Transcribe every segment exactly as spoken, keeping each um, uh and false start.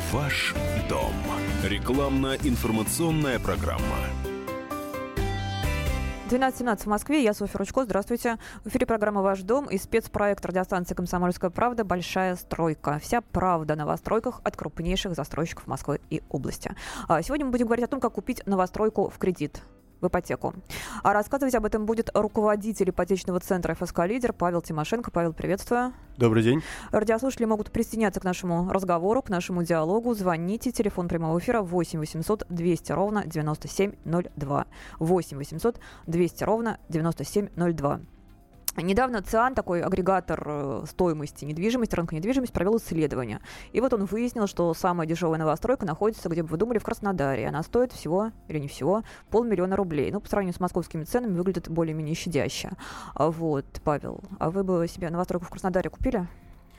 Ваш дом. Рекламно-информационная программа. двенадцать семнадцать в Москве. Я Софья Ручко. Здравствуйте. В эфире программа «Ваш дом» и спецпроект радиостанции «Комсомольская правда» «Большая стройка». Вся правда о новостройках от крупнейших застройщиков Москвы и области. Сегодня мы будем говорить о том, как купить новостройку в кредит, в ипотеку. А рассказывать об этом будет руководитель ипотечного центра эф эс ка «Лидер» Павел Тимошенко. Павел, приветствую. Добрый день. Радиослушатели могут присоединяться к нашему разговору, к нашему диалогу. Звоните. Телефон прямого эфира восемь восемьсот двести ровно девяносто семь ноль два. восемь восемьсот двести ровно девяносто семь ноль два. Недавно ЦИАН, такой агрегатор стоимости недвижимости, рынка недвижимости, провел исследование. И вот он выяснил, что самая дешевая новостройка находится, где бы вы думали, в Краснодаре. Она стоит всего, или не всего, полмиллиона рублей. Ну, по сравнению с московскими ценами, выглядит более-менее щадяще. Вот, Павел, а вы бы себе новостройку в Краснодаре купили?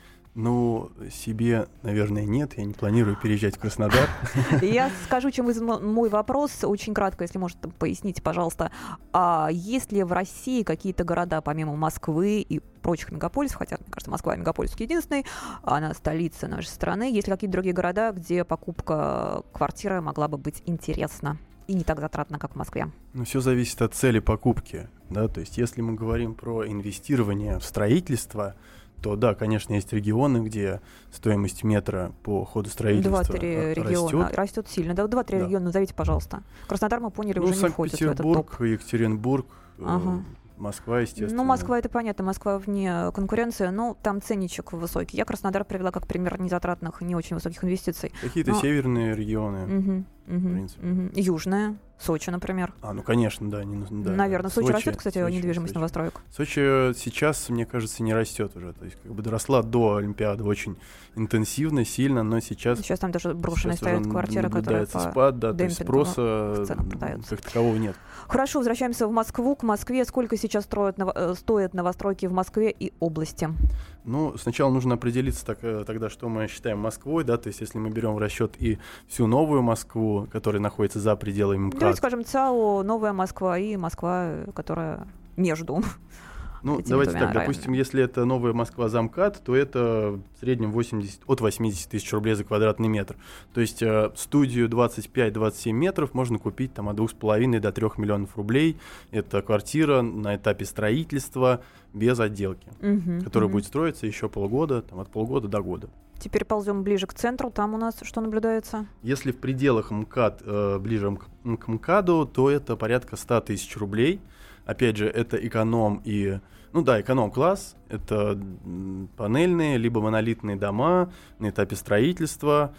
Ну, себе, наверное, нет. Я не планирую переезжать в Краснодар. Я скажу, чем вызван мой вопрос. Очень кратко, если можете поясните, пожалуйста. А есть ли в России какие-то города, помимо Москвы и прочих мегаполисов, хотя, мне кажется, Москва и мегаполис единственный, она столица нашей страны, есть ли какие-то другие города, где покупка квартиры могла бы быть интересна и не так затратна, как в Москве? Ну, все зависит от цели покупки. Да? То есть, если мы говорим про инвестирование в строительство, то да, конечно, есть регионы, где стоимость метра по ходу строительства два-три региона растет сильно. Да, два-три да. региона назовите, пожалуйста. Краснодар, мы поняли, ну, уже не входит в этот топ. Санкт-Петербург, Екатеринбург, ага. Москва, естественно. Ну, Москва, это понятно, Москва вне конкуренции, но там ценничек высокий. Я Краснодар привела как пример незатратных, не очень высоких инвестиций. Какие-то но... северные регионы, угу, в угу, принципе. Угу. Южная, Сочи, например. А, ну, конечно, да. Не, да Наверное, в Сочи, Сочи растет, кстати, Сочи, недвижимость Сочи. новостроек? Сочи сейчас, мне кажется, не растет уже. То есть, как бы доросла до Олимпиады очень интенсивно, сильно, но сейчас... Сейчас там даже брошенные стоят квартиры, которые по спад, да, то есть спроса как такового нет. Хорошо, возвращаемся в Москву, к Москве. Сколько сейчас строят, стоят новостройки в Москве и области? Ну, сначала нужно определиться так, тогда, что мы считаем Москвой, да, то есть если мы берем в расчет и всю новую Москву, которая находится за пределами МКАД. Давайте скажем ЦАО, Новая Москва и Москва, которая между. Ну, давайте так, районами. Допустим, если это Новая Москва за МКАД, то это в среднем восемьдесят, от восемьдесят тысяч рублей за квадратный метр. То есть э, студию двадцать пять - двадцать семь метров можно купить там, от двух с половиной до трёх миллионов рублей. Это квартира на этапе строительства без отделки, угу, которая угу. будет строиться еще полгода, там, от полгода до года. Теперь ползем ближе к центру. Там у нас что наблюдается? Если в пределах МКАД, э, ближе к, к МКАДу, то это порядка сто тысяч рублей. Опять же, это эконом и... Ну да, эконом-класс. Это панельные, либо монолитные дома на этапе строительства,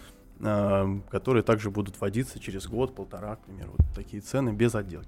э, которые также будут вводиться через год-полтора, к примеру. Вот такие цены без отделки.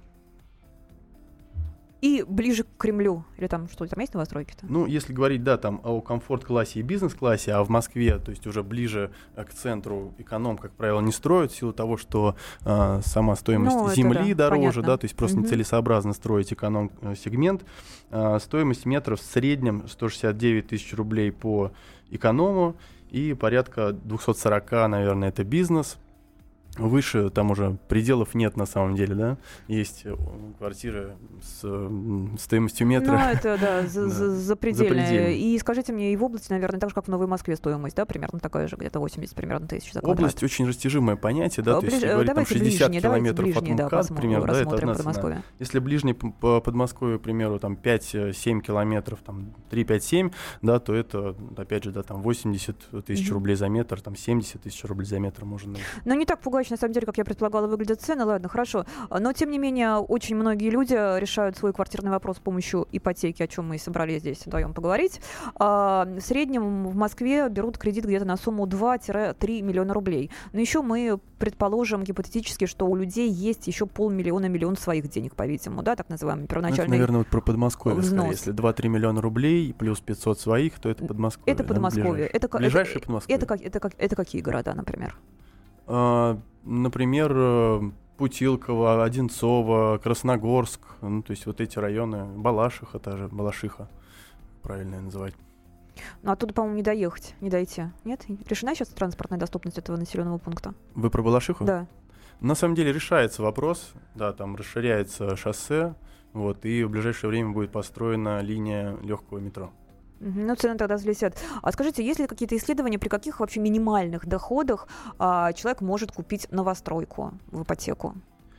И ближе к Кремлю? Или там что, там есть новостройки-то? Ну, если говорить, да, там о комфорт-классе и бизнес-классе, а в Москве, то есть уже ближе к центру, эконом, как правило, не строят в силу того, что э, сама стоимость ну, земли да, дороже, да, то есть просто угу. нецелесообразно строить эконом-сегмент. Э, стоимость метров в среднем сто шестьдесят девять тысяч рублей по эконому и порядка двести сорок, наверное, это бизнес. Выше там уже пределов нет на самом деле, да? Есть квартиры с стоимостью метра. Ну, это, да, запредельная. И скажите мне, и в области, наверное, так же, как в Новой Москве стоимость, да, примерно такая же, где-то восемьдод примерно тысяч за квадрат. Область очень растяжимое понятие, да, то есть если говорить там шестьдесят километров от МКАД, примерно, да, это одна цена. Если ближний по Подмосковью, к примеру, там пять-семь километров, там три-пять-семь, да, то это, опять же, да, там восемьдесят тысяч рублей за метр, там семьдесят тысяч рублей за метр можно найти. Но не так пугающе, на самом деле, как я предполагала, выглядят цены. Ладно, хорошо. Но, тем не менее, очень многие люди решают свой квартирный вопрос с помощью ипотеки, о чем мы и собрались здесь вдвоем поговорить. В среднем в Москве берут кредит где-то на сумму два-три миллиона рублей. Но еще мы предположим гипотетически, что у людей есть еще полмиллиона, миллион своих денег, по-видимому, да, так называемый первоначальный ну, это, наверное, вот про Подмосковье. Взнос. Если два-три миллиона рублей плюс пятьсот своих, то это Подмосковье. Это Подмосковье. Да, это, ближайшее это, Подмосковье. Это, это, это, это какие города, например? Uh, например, Путилково, Одинцово, Красногорск, ну, то есть вот эти районы, Балашиха, та же, Балашиха, правильно называть. Ну, оттуда, по-моему, не доехать, не дойти. Нет? Решена сейчас транспортная доступность этого населенного пункта? Вы про Балашиху? Да. На самом деле решается вопрос, да, там расширяется шоссе, вот, и в ближайшее время будет построена линия легкого метро. Ну, цены тогда взлетят. А скажите, есть ли какие-то исследования, при каких вообще минимальных доходах а, человек может купить новостройку в ипотеку?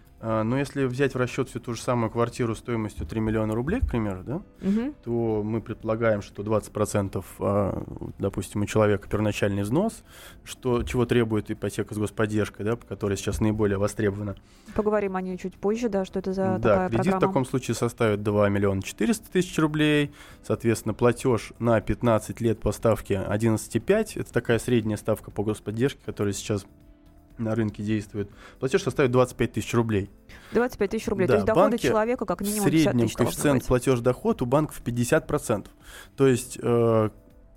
Но если взять в расчет всю ту же самую квартиру стоимостью три миллиона рублей, к примеру, да, угу. то мы предполагаем, что двадцать процентов, допустим, у человека первоначальный взнос, что, чего требует ипотека с господдержкой, да, которая сейчас наиболее востребована. Поговорим о ней чуть позже, да, что это за да, такая кредит программа. В таком случае составит два миллиона четыреста тысяч рублей, соответственно, платеж на пятнадцать лет по ставке одиннадцать целых пять десятых, это такая средняя ставка по господдержке, которая сейчас на рынке действует, платеж составит двадцать пять тысяч рублей. двадцать пять тысяч рублей, да, то есть доходы человека как минимум пятьдесят тысяч. В среднем коэффициент платеж-доход у банков пятьдесят процентов. То есть э,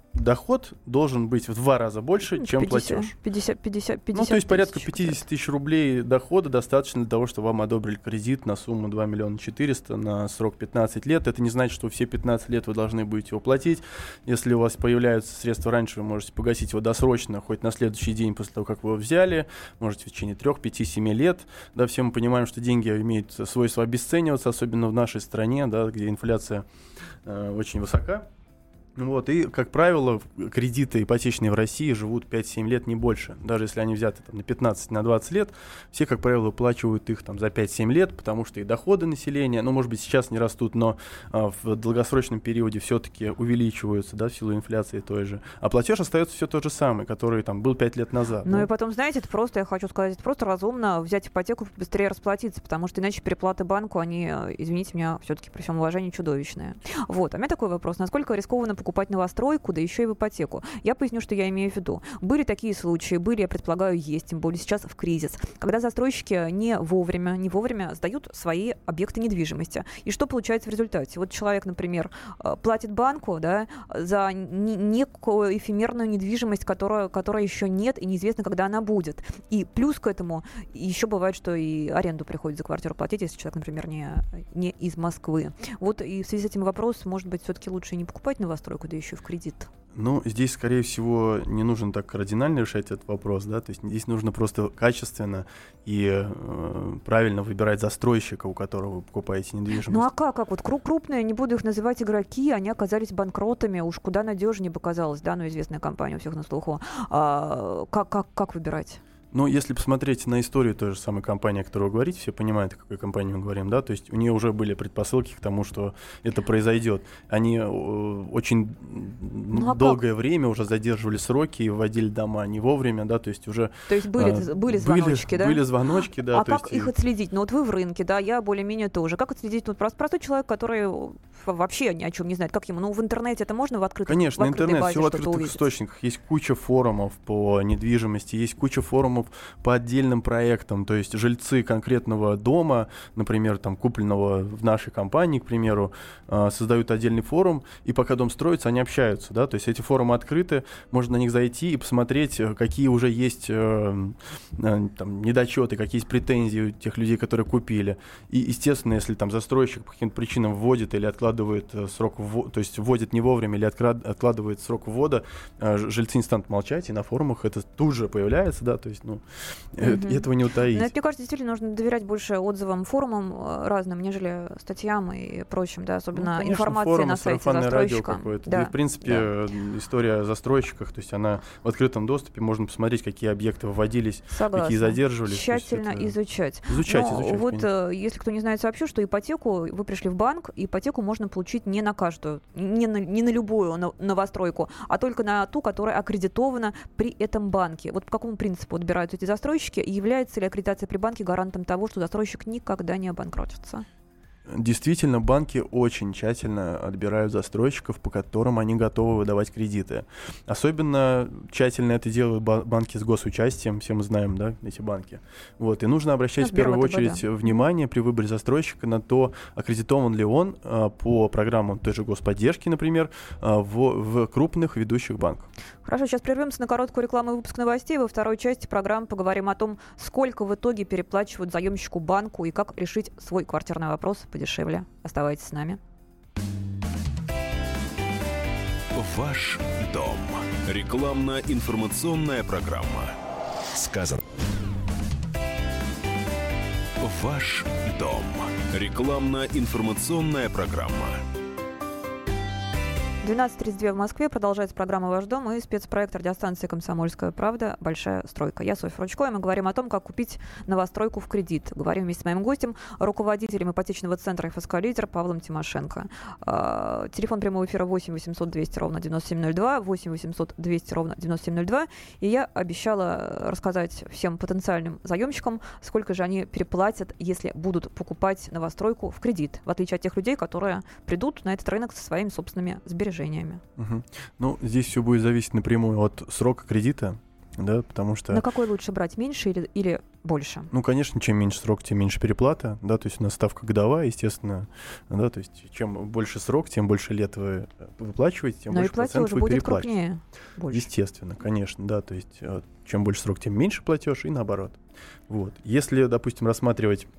доход должен быть в два раза больше, чем пятьдесят, платеж. пятьдесят, пятьдесят, пятьдесят ну, то есть порядка пятьдесят тысяч рублей дохода достаточно для того, чтобы вам одобрили кредит на сумму два миллиона четыреста на срок пятнадцать лет. Это не значит, что все пятнадцать лет вы должны будете его платить. Если у вас появляются средства раньше, вы можете погасить его досрочно, хоть на следующий день после того, как вы его взяли. Можете в течение трех, пяти, семи лет. Да, все мы понимаем, что деньги имеют свойство обесцениваться, особенно в нашей стране, да, где инфляция э, очень высока. Вот, и, как правило, кредиты ипотечные в России живут пять-семь лет, не больше. Даже если они взяты там, на пятнадцать на двадцать лет, все, как правило, выплачивают их там, за пять-семь лет, потому что и доходы населения, ну, может быть, сейчас не растут, но а, в долгосрочном периоде все-таки увеличиваются, да, в силу инфляции той же. А платеж остается все тот же самый, который там, был пять лет назад. Ну да? и потом, знаете, это просто, я хочу сказать, это просто разумно взять ипотеку, быстрее расплатиться, потому что иначе переплаты банку, они, извините меня, все-таки при всем уважении чудовищные. Вот, а у меня такой вопрос. Насколько рискованно покупать покупать новостройку, да еще и в ипотеку? Я поясню, что я имею в виду. Были такие случаи, были, я предполагаю, есть, тем более сейчас в кризис, когда застройщики не вовремя, не вовремя сдают свои объекты недвижимости. И что получается в результате? Вот человек, например, платит банку, да, за некую эфемерную недвижимость, которая, которая еще нет и неизвестно, когда она будет. И плюс к этому еще бывает, что и аренду приходится за квартиру платить, если человек, например, не, не из Москвы. Вот и в связи с этим вопрос, может быть, все-таки лучше не покупать новостройку, да еще в кредит? Ну, здесь, скорее всего, не нужно так кардинально решать этот вопрос, да, то есть здесь нужно просто качественно и э, правильно выбирать застройщика, у которого вы покупаете недвижимость. Ну а как, как вот крупные, не буду их называть игроки, они оказались банкротами, уж куда надежнее бы казалось, да, ну известная компания у всех на слуху. А, как, как, как выбирать? Ну, если посмотреть на историю той же самой компании, о которой вы говорите, все понимают, о какой компании мы говорим, да, то есть у нее уже были предпосылки к тому, что это произойдет. Они э, очень ну, а долгое как? время уже задерживали сроки и вводили дома не вовремя, да, то есть уже... То есть были, э, были звоночки, были, да? Были звоночки, да. А то как есть, их и... отследить? Ну вот вы в рынке, да, я более-менее тоже. Как отследить? Ну, простой человек, который вообще ни о чем не знает, как ему? Ну, в интернете это можно в открытом Конечно, в интернет, базе все в открытых увидеть? источниках. Есть куча форумов по недвижимости, есть куча форумов по отдельным проектам, то есть жильцы конкретного дома, например, там, купленного в нашей компании, к примеру, э, создают отдельный форум, и пока дом строится, они общаются, да, то есть эти форумы открыты, можно на них зайти и посмотреть, какие уже есть э, э, там, недочеты, какие есть претензии у тех людей, которые купили. И, естественно, если там застройщик по каким-то причинам вводит или откладывает срок, ввода, то есть вводит не вовремя или откладывает срок ввода, э, жильцы не станут молчать, и на форумах это тут же появляется, да, то есть, ну, Mm-hmm. этого не утаить. Но это, мне кажется, действительно нужно доверять больше отзывам, форумам разным, нежели статьям и прочим, да, особенно ну, конечно, информации форумы, на сайте застройщика. Какое-то. Да, и, в принципе, да. история о застройщиках, то есть она в открытом доступе, можно посмотреть, какие объекты вводились, Согласна. какие задерживались. Тщательно это... изучать. Изучать, Но изучать. Вот конечно. Если кто не знает, сообщу, что ипотеку, вы пришли в банк, ипотеку можно получить не на каждую, не на, не на любую новостройку, а только на ту, которая аккредитована при этом банке. Вот по какому принципу отбираются эти застройщики? И является ли аккредитация при банке гарантом того, что застройщик никогда не обанкротится? Действительно, банки очень тщательно отбирают застройщиков, по которым они готовы выдавать кредиты. Особенно тщательно это делают банки с госучастием, все мы знаем, да, эти банки. Вот. И нужно обращать ну, в первую очередь да. внимание при выборе застройщика на то, аккредитован ли он а, по программам той же господдержки, например, а, в, в крупных ведущих банках. Хорошо, сейчас прервемся на короткую рекламу и выпуск новостей. Во второй части программы поговорим о том, сколько в итоге переплачивают заемщику банку и как решить свой квартирный вопрос подешевле. Оставайтесь с нами. Ваш дом. Рекламно-информационная программа. Сказано. Ваш дом. Рекламно-информационная программа. двенадцать тридцать два в Москве. Продолжается программа «Ваш дом» и спецпроект радиостанции «Комсомольская правда. Большая стройка». Я Софья Ручко, и мы говорим о том, как купить новостройку в кредит. Говорим вместе с моим гостем, руководителем ипотечного центра «ФСК Лидер» Павлом Тимошенко. А, телефон прямого эфира восемь восемьсот двести ровно девяносто семь ноль два, восемь восемьсот двести ровно девяносто семь ноль два. И я обещала рассказать всем потенциальным заемщикам, сколько же они переплатят, если будут покупать новостройку в кредит, в отличие от тех людей, которые придут на этот рынок со своими собственными сбережениями. Угу. Ну, здесь все будет зависеть напрямую от срока кредита, да, потому что... На какой лучше брать, меньше или, или больше? Ну, конечно, чем меньше срок, тем меньше переплата, да, то есть у нас ставка годовая, естественно, да, то есть чем больше срок, тем больше лет вы выплачиваете, тем Но больше процентов вы будет переплачиваете. Крупнее, естественно, конечно, да, то есть чем больше срок, тем меньше платеж и наоборот. Вот. Если, допустим, рассматривать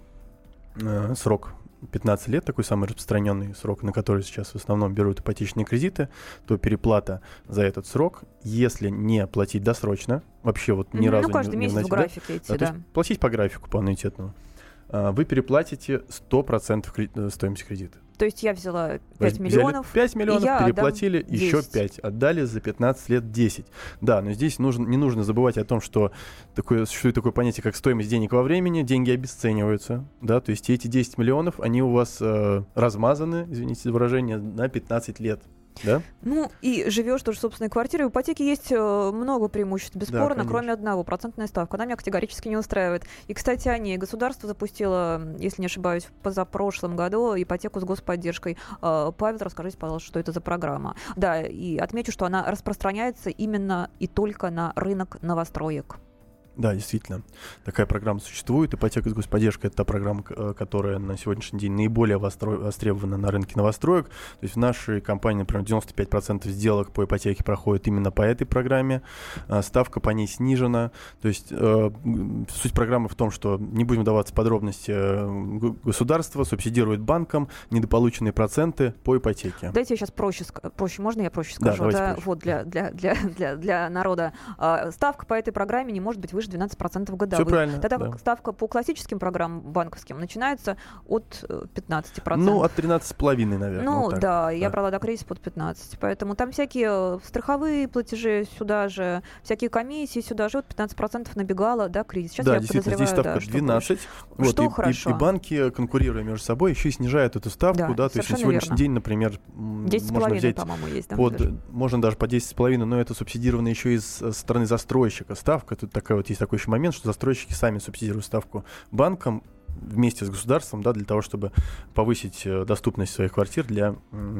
э, срок пятнадцать лет, такой самый распространенный срок, на который сейчас в основном берут ипотечные кредиты, то переплата за этот срок, если не платить досрочно, вообще вот ни mm-hmm. разу ну, каждый не, месяц не в графике да, идти, да, да. То есть платить по графику, по аннуитетному, вы переплатите сто процентов кредит, стоимости кредита. То есть я взяла пять миллионов, пять миллионов, переплатили еще пять, отдали за пятнадцать лет десять. Да, но здесь нужно, не нужно забывать о том, что такое, существует такое понятие, как стоимость денег во времени, деньги обесцениваются, да, то есть эти десять миллионов, они у вас э, размазаны, извините за выражение, на пятнадцать лет. Да? Ну, и живешь тоже в собственной квартире. У ипотеки есть э, много преимуществ, бесспорно, да, кроме одного. Процентная ставка. Она меня категорически не устраивает. И, кстати, о ней. Государство запустило, если не ошибаюсь, в позапрошлом году ипотеку с господдержкой. Э, Павел, расскажите, пожалуйста, что это за программа. Да, и отмечу, что она распространяется именно и только на рынок новостроек. Да, действительно, такая программа существует. Ипотека с господдержкой — это та программа, которая на сегодняшний день наиболее востребована на рынке новостроек. То есть в нашей компании, например, девяносто пять процентов сделок по ипотеке проходит именно по этой программе. Ставка по ней снижена. То есть э, суть программы в том, что, не будем вдаваться в подробности, государство субсидирует банкам недополученные проценты по ипотеке. Дайте я сейчас проще, проще можно я проще скажу? Да, да, проще. Вот для, для, для, для, для народа. Ставка по этой программе не может быть выше двенадцать процентов годовых. Все правильно. Тогда да. ставка по классическим программам банковским начинается от пятнадцати процентов. Ну, от тринадцати с половиной, наверное. Ну, вот так. да, да, я брала до кризиса под пятнадцать. Поэтому там всякие страховые платежи сюда же, всякие комиссии сюда же, вот пятнадцать процентов набегало до кризиса. Сейчас да, я действительно, здесь ставка да, двенадцать. Вот, что и, хорошо. И, и банки, конкурируя между собой, еще и снижают эту ставку. Да, Да, то есть на сегодняшний верно. день, например, можно взять, по-моему, есть. Да, под, можно даже по десять с половиной, но это субсидировано еще и со стороны застройщика. Ставка, тут такая вот, есть такой еще момент, что застройщики сами субсидируют ставку банкам вместе с государством, да, для того, чтобы повысить доступность своих квартир для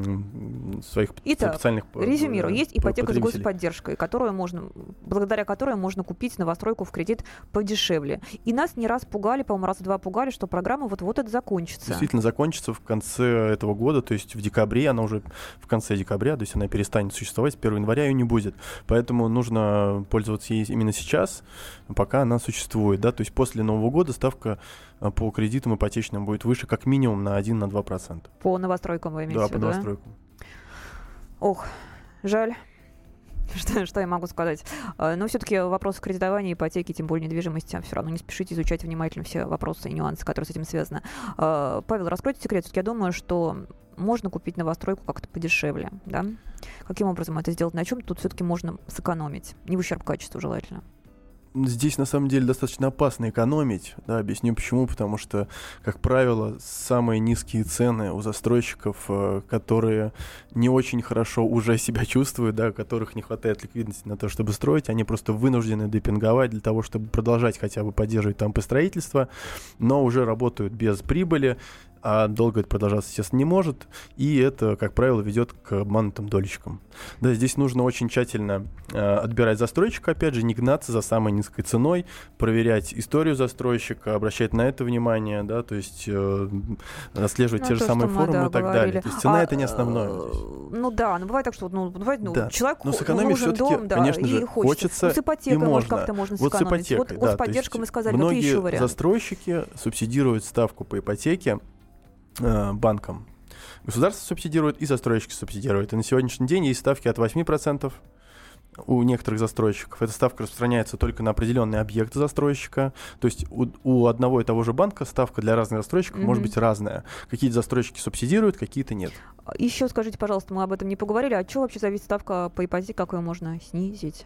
м, своих Итак, социальных резюмирую, есть ипотека с потребителей. Господдержкой, которую можно, благодаря которой можно купить новостройку в кредит подешевле. И нас не раз пугали, по-моему, раз два пугали, что программа вот-вот это закончится. Действительно закончится в конце этого года, то есть в декабре, она уже в конце декабря, то есть она перестанет существовать, с первого января ее не будет. Поэтому нужно пользоваться ей именно сейчас, пока она существует, да, то есть после Нового года ставка по кредитам ипотечным будет выше как минимум на один-два процента. По новостройкам вы имеете да, в виду? Да, по новостройкам. Ох, жаль. Что, что я могу сказать? Но все-таки вопросы кредитования, ипотеки, тем более недвижимости, все равно не спешите изучать внимательно все вопросы и нюансы, которые с этим связаны. Павел, раскройте секрет. Все-таки я думаю, что можно купить новостройку как-то подешевле. Да? Каким образом это сделать? На чем тут все-таки можно сэкономить? Не в ущерб качеству желательно. Здесь, на самом деле, достаточно опасно экономить. Да, объясню почему. Потому что, как правило, самые низкие цены у застройщиков, которые не очень хорошо уже себя чувствуют, да, у которых не хватает ликвидности на то, чтобы строить, они просто вынуждены демпинговать для того, чтобы продолжать хотя бы поддерживать темпы строительства, но уже работают без прибыли, а долго это продолжаться, естественно, не может, и это, как правило, ведет к обманутым дольщикам. Да, здесь нужно очень тщательно э, отбирать застройщика, опять же, не гнаться за самой низкой ценой, проверять историю застройщика, обращать на это внимание, да, то есть э, отслеживать ну, те же самые форумы мы, да, и так говорили. Далее. То есть цена а, это не основное. Здесь. Ну да, ну бывает так, что ну, бывает, ну, да. человек но сэкономить нужен все-таки, дом, да, конечно же, хочется. хочется ну, с ипотекой, и можно. Может, как-то можно вот сэкономить. С ипотекой, вот господдержка, да, мы сказали, многие какие еще варианты? Застройщики субсидируют ставку по ипотеке э, банкам. Государство субсидирует и застройщики субсидируют. И на сегодняшний день есть ставки от восемь процентов у некоторых застройщиков эта ставка распространяется только на определенные объекты застройщика. То есть у, у одного и того же банка ставка для разных застройщиков mm-hmm. может быть разная. Какие-то застройщики субсидируют, какие-то нет. Еще скажите, пожалуйста, мы об этом не поговорили. От чего вообще зависит ставка по ипотеке, как ее можно снизить?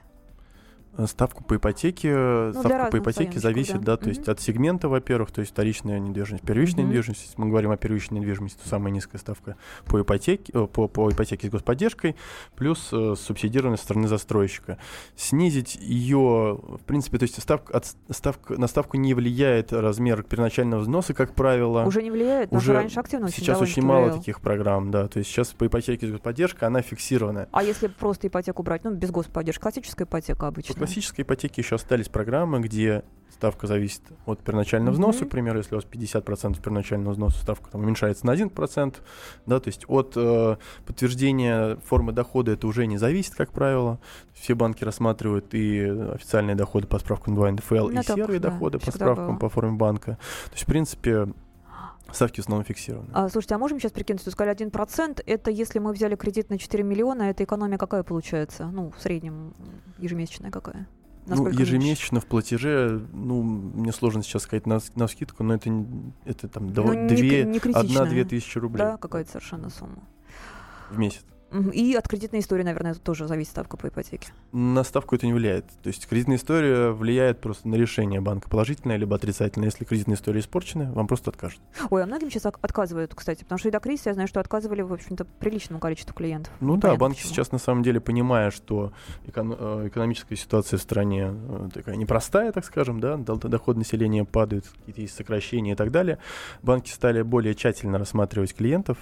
Ставку по ипотеке, ну, ставка по ипотеке зависит, да, да то mm-hmm. есть от сегмента, во-первых, то есть вторичная недвижимость, первичная mm-hmm. недвижимость. Если мы говорим о первичной недвижимости, то самая низкая ставка по ипотеке, по, по ипотеке с господдержкой, плюс э, субсидированная со стороны застройщика. Снизить ее, в принципе, то есть ставка, от, ставка, на ставку не влияет размер первоначального взноса, как правило. Уже не влияет? Уже раньше активно очень сейчас очень мало влиял. Таких программ, да, то есть сейчас по ипотеке с господдержкой она фиксированная. А если просто ипотеку брать, ну, без господдержки, классическая ипотека обычно? В классической ипотеке еще остались программы, где ставка зависит от первоначального mm-hmm. взноса, к примеру, если у вас пятьдесят процентов первоначального взноса, ставка там уменьшается на один процент, да, то есть от э, подтверждения формы дохода это уже не зависит, как правило. Все банки рассматривают и официальные доходы по справкам два эн дэ эф эл, ну, и серые да, доходы по справкам было. По форме банка. То есть, в принципе, ставки в основном фиксированы. А, слушайте, а можем сейчас прикинуть, что сказали один процент, это если мы взяли кредит на четыре миллиона, это экономия какая получается? Ну, в среднем ежемесячная какая? Насколько ну, ежемесячно меньше? В платеже, ну, мне сложно сейчас сказать на, на скидку, но это, это там одна-две тысячи рублей. Да, какая-то совершенно сумма. В месяц. И от кредитной истории, наверное, тоже зависит ставка по ипотеке. На ставку это не влияет. То есть кредитная история влияет просто на решение банка, положительное либо отрицательное. Если кредитная история испорчена, вам просто откажут. Ой, а многим сейчас отказывают, кстати, потому что и до кризиса я знаю, что отказывали, в общем-то, приличному количеству клиентов. Ну да, банки почему. Сейчас на самом деле, понимая, что эко- экономическая ситуация в стране такая непростая, так скажем, да, доход населения падает, какие-то есть сокращения и так далее, банки стали более тщательно рассматривать клиентов,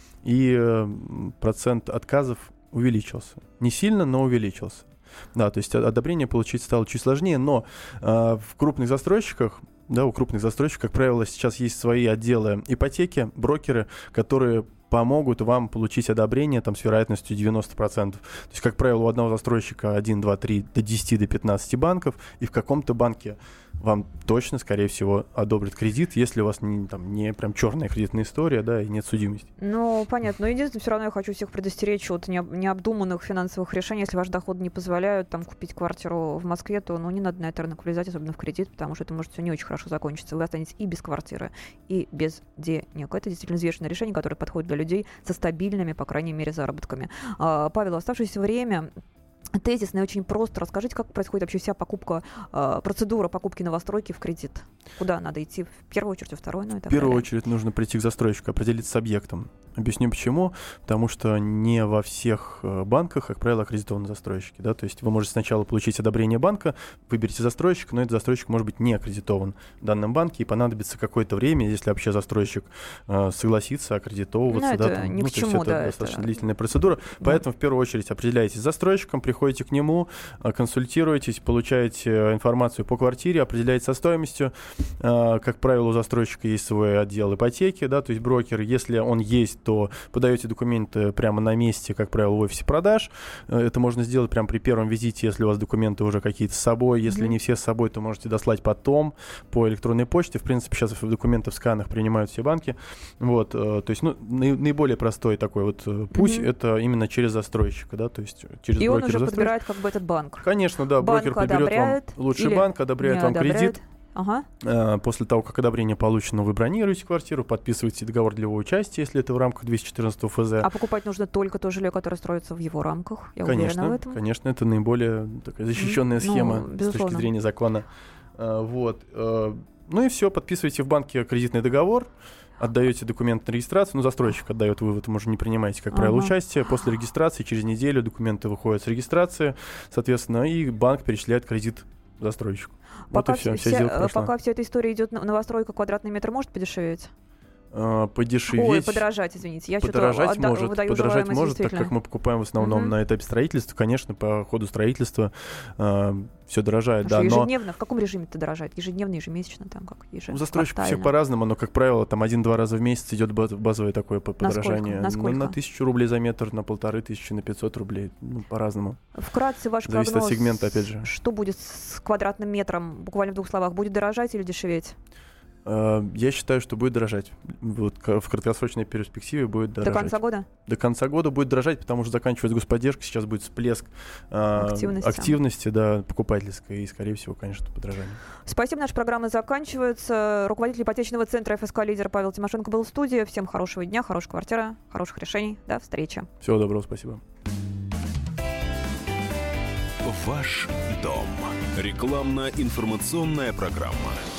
и э, процент отказов увеличился. Не сильно, но увеличился. Да, то есть одобрение получить стало чуть сложнее, но э, в крупных застройщиках, да, у крупных застройщиков, как правило, сейчас есть свои отделы ипотеки, брокеры, которые помогут вам получить одобрение там, с вероятностью девяносто процентов. То есть, как правило, у одного застройщика один, два, три, до десяти, до пятнадцати банков, и в каком-то банке вам точно, скорее всего, одобрят кредит, если у вас не, там, не прям черная кредитная история, да, и нет судимости. Ну, понятно. Но единственное, все равно я хочу всех предостеречь от необдуманных финансовых решений. Если ваши доходы не позволяют там, купить квартиру в Москве, то ну, не надо на это рынок влезать, особенно в кредит, потому что это может все не очень хорошо закончиться. Вы останетесь и без квартиры, и без денег. Это действительно взвешенное решение, которое подходит для людей со стабильными, по крайней мере, заработками. А, Павел, оставшееся время... Тезисно и очень просто. Расскажите, как происходит вообще вся покупка, э, процедура покупки новостройки в кредит? Куда надо идти? В первую очередь, во вторую? Ну, и так в первую далее. очередь нужно прийти к застройщику, определиться с объектом. Объясню почему. Потому что не во всех банках, как правило, аккредитованы застройщики. Да? То есть вы можете сначала получить одобрение банка, выберите застройщика, но этот застройщик может быть не аккредитован в данном банке, и понадобится какое-то время, если вообще застройщик э, согласится аккредитовываться. Ну, да, это там, ни ну, к чему, это да, достаточно это... длительная процедура. Да. Поэтому в первую очередь определяйтесь с застройщиком, приходите к нему, консультируетесь, получаете информацию по квартире, определяете со стоимостью. Э, как правило, у застройщика есть свой отдел ипотеки, да, то есть брокер. Если он есть, то подаете документы прямо на месте, как правило, в офисе продаж. Это можно сделать прямо при первом визите, если у вас документы уже какие-то с собой. Если mm-hmm. не все с собой, то можете дослать потом по электронной почте. В принципе, сейчас документы в сканах принимают все банки. Вот, то есть, ну, наиболее простой такой вот путь mm-hmm. это именно через застройщика, да, то есть через и брокера. И он уже подбирает как бы этот банк. Конечно, да, банк брокер подберет вам лучший банк, одобряет вам одобряет. кредит. Ага. После того, как одобрение получено, вы бронируете квартиру, подписываете договор для его участия, если это в рамках двести четырнадцатого эф зэ. А покупать нужно только то жилье, которое строится в его рамках? Я конечно, уверена в этом. Конечно, это наиболее такая защищенная mm-hmm. схема ну, с точки зрения закона. Вот. Ну и все, подписываете в банке кредитный договор, отдаете документ на регистрацию, ну, застройщик отдает, вы в этом уже не принимаете, как правило, ага. участие. После регистрации, через неделю документы выходят с регистрации, соответственно, и банк перечисляет кредит застройщику. Пока, вот и все, вся, вся пока вся эта история идет, новостройка, квадратный метр может подешеветь? Подешеветь. Ой, подорожать, извините. Я подорожать что-то может, отда- подорожать может, так как мы покупаем в основном uh-huh. на этапе строительства. Конечно, по ходу строительства э, все дорожает. Да, ежедневно? Но... В каком режиме это дорожает? Ежедневно, ежемесячно? Там как? У застройщиков все по-разному, но, как правило, там один-два раза в месяц идет базовое такое подорожание. На сколько? На, на тысячу рублей за метр, на полторы тысячи, на пятьсот рублей. Ну, по-разному. Вкратце ваш Зависит прогноз. От сегмента, опять же. Что будет с квадратным метром? Буквально в двух словах. Будет дорожать или дешеветь? Я считаю, что будет дорожать. Вот в краткосрочной перспективе будет дорожать. До конца года? До конца года будет дорожать, потому что заканчивается господдержка, сейчас будет всплеск активности, активности да, покупательской, и, скорее всего, конечно, подорожание. Спасибо, наша программа заканчивается. Руководитель ипотечного центра эф эс ка «Лидер» Павел Тимошенко был в студии. Всем хорошего дня, хорошей квартиры, хороших решений. До встречи. Всего доброго, спасибо. Ваш дом. Рекламно-информационная программа.